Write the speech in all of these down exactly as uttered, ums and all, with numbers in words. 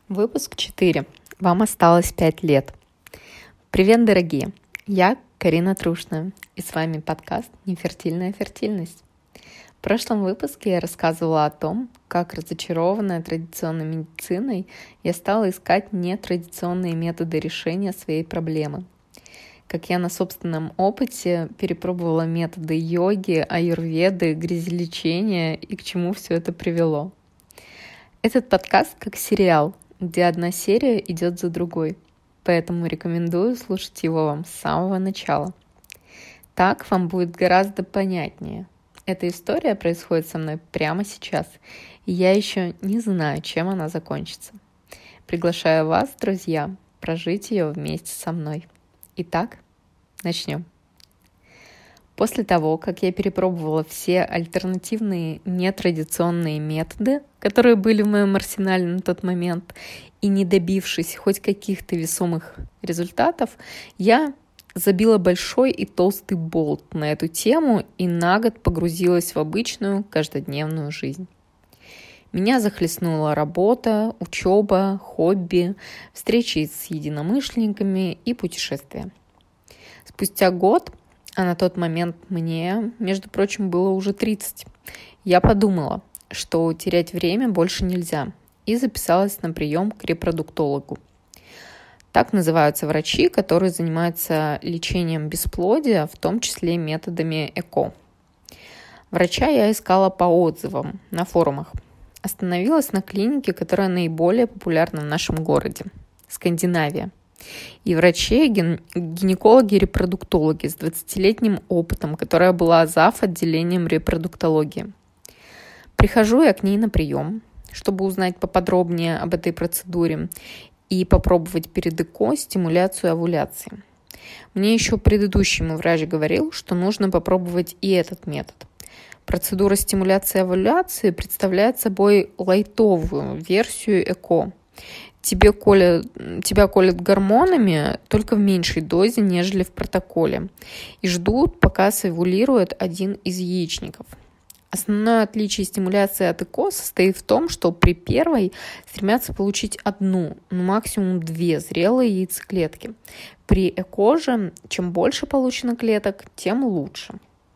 Выпуск четыре. Вам осталось пять лет. Привет, дорогие! Я Карина Трушная, и с вами подкаст «Нефертильная фертильность». В прошлом выпуске я рассказывала о том, как, разочарованная традиционной медициной, я стала искать нетрадиционные методы решения своей проблемы. Как я на собственном опыте перепробовала методы йоги, аюрведы, грязелечения и к чему все это привело. Этот подкаст как сериал, где одна серия идет за другой, поэтому рекомендую слушать его вам с самого начала. Так вам будет гораздо понятнее. Эта история происходит со мной прямо сейчас, и я еще не знаю, чем она закончится. Приглашаю вас, друзья, прожить ее вместе со мной. Итак, начнем. После того, как я перепробовала все альтернативные нетрадиционные методы, которые были в моем арсенале на тот момент, и не добившись хоть каких-то весомых результатов, я забила большой и толстый болт на эту тему и на год погрузилась в обычную каждодневную жизнь. Меня захлестнула работа, учеба, хобби, встречи с единомышленниками и путешествия. Спустя год, а на тот момент мне, между прочим, было уже тридцать, я подумала, что терять время больше нельзя, и записалась на прием к репродуктологу. Так называются врачи, которые занимаются лечением бесплодия, в том числе методами ЭКО. Врача я искала по отзывам на форумах. Остановилась на клинике, которая наиболее популярна в нашем городе – Скандинавия. И врачи, ген- гинекологи-репродуктологи с двадцатилетним опытом, которая была зав. Отделением репродуктологии. Прихожу я к ней на прием, чтобы узнать поподробнее об этой процедуре и попробовать перед ЭКО стимуляцию овуляции. Мне еще предыдущий мой врач говорил, что нужно попробовать и этот метод. Процедура стимуляции овуляции представляет собой лайтовую версию ЭКО. Тебе колят, тебя колят гормонами только в меньшей дозе, нежели в протоколе, и ждут, пока совулирует один из яичников. Основное отличие стимуляции от ЭКО состоит в том, что при первой стремятся получить одну, ну максимум две зрелые яйцеклетки. При ЭКО же, чем больше получено клеток, тем лучше.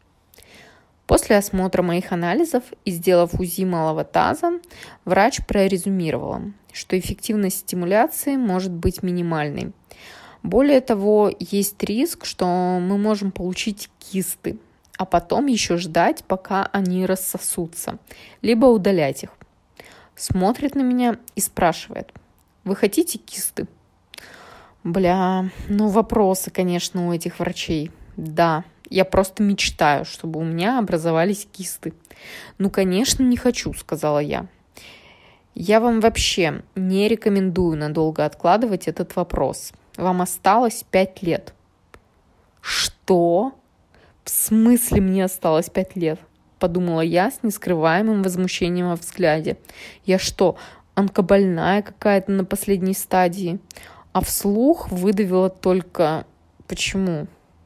После осмотра моих анализов и сделав УЗИ малого таза, врач прорезюмировала, что эффективность стимуляции может быть минимальной. Более того, есть риск, что мы можем получить кисты, а потом еще ждать, пока они рассосутся, либо удалять их. Смотрит на меня и спрашивает: «Вы хотите кисты?» Бля, ну вопросы, конечно, у этих врачей. Да, я просто мечтаю, чтобы у меня образовались кисты. Ну, конечно, не хочу, сказала я. Я вам вообще не рекомендую надолго откладывать этот вопрос. Вам осталось пять лет. Что? В смысле мне осталось пять лет? Подумала я с нескрываемым возмущением во взгляде. Я что, онкобольная какая-то на последней стадии? А вслух выдавила только: почему?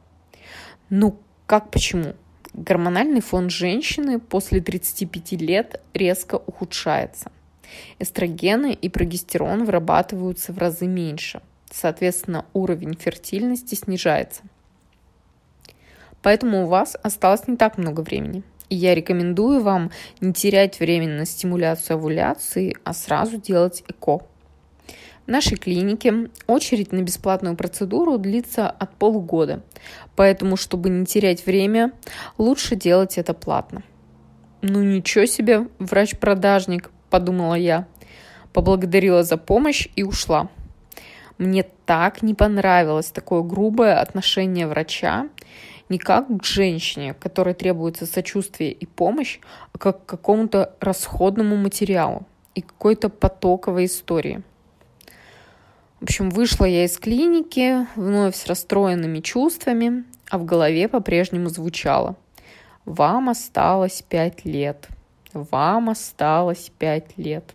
Ну, как почему? Гормональный фон женщины после тридцати пяти лет резко ухудшается. Эстрогены и прогестерон вырабатываются в разы меньше. Соответственно, уровень фертильности снижается. Поэтому у вас осталось не так много времени. И я рекомендую вам не терять время на стимуляцию овуляции, а сразу делать ЭКО. В нашей клинике очередь на бесплатную процедуру длится от полугода, поэтому, чтобы не терять время, лучше делать это платно. Ну ничего себе, врач-продажник, подумала я, поблагодарила за помощь и ушла. Мне так не понравилось такое грубое отношение врача, не как к женщине, которой требуется сочувствие и помощь, а как к какому-то расходному материалу и какой-то потоковой истории. В общем, вышла я из клиники, вновь с расстроенными чувствами, а в голове по-прежнему звучало: «Вам осталось пять лет. Вам осталось пять лет».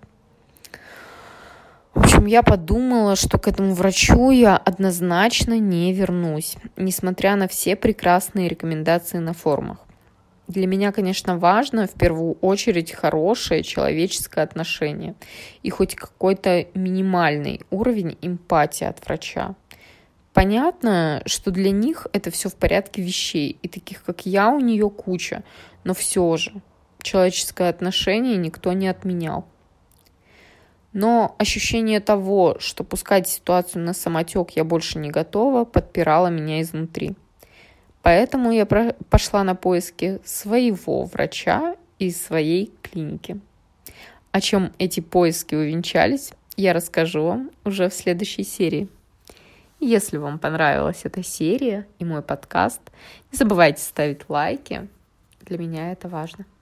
В общем, я подумала, что к этому врачу я однозначно не вернусь, несмотря на все прекрасные рекомендации на форумах. Для меня, конечно, важно в первую очередь хорошее человеческое отношение и хоть какой-то минимальный уровень эмпатии от врача. Понятно, что для них это все в порядке вещей, и таких, как я, у нее куча, но все же человеческое отношение никто не отменял. Но ощущение того, что пускать ситуацию на самотек я больше не готова, подпирало меня изнутри. Поэтому я пошла на поиски своего врача из своей клиники. О чем эти поиски увенчались, я расскажу вам уже в следующей серии. Если вам понравилась эта серия и мой подкаст, не забывайте ставить лайки. Для меня это важно.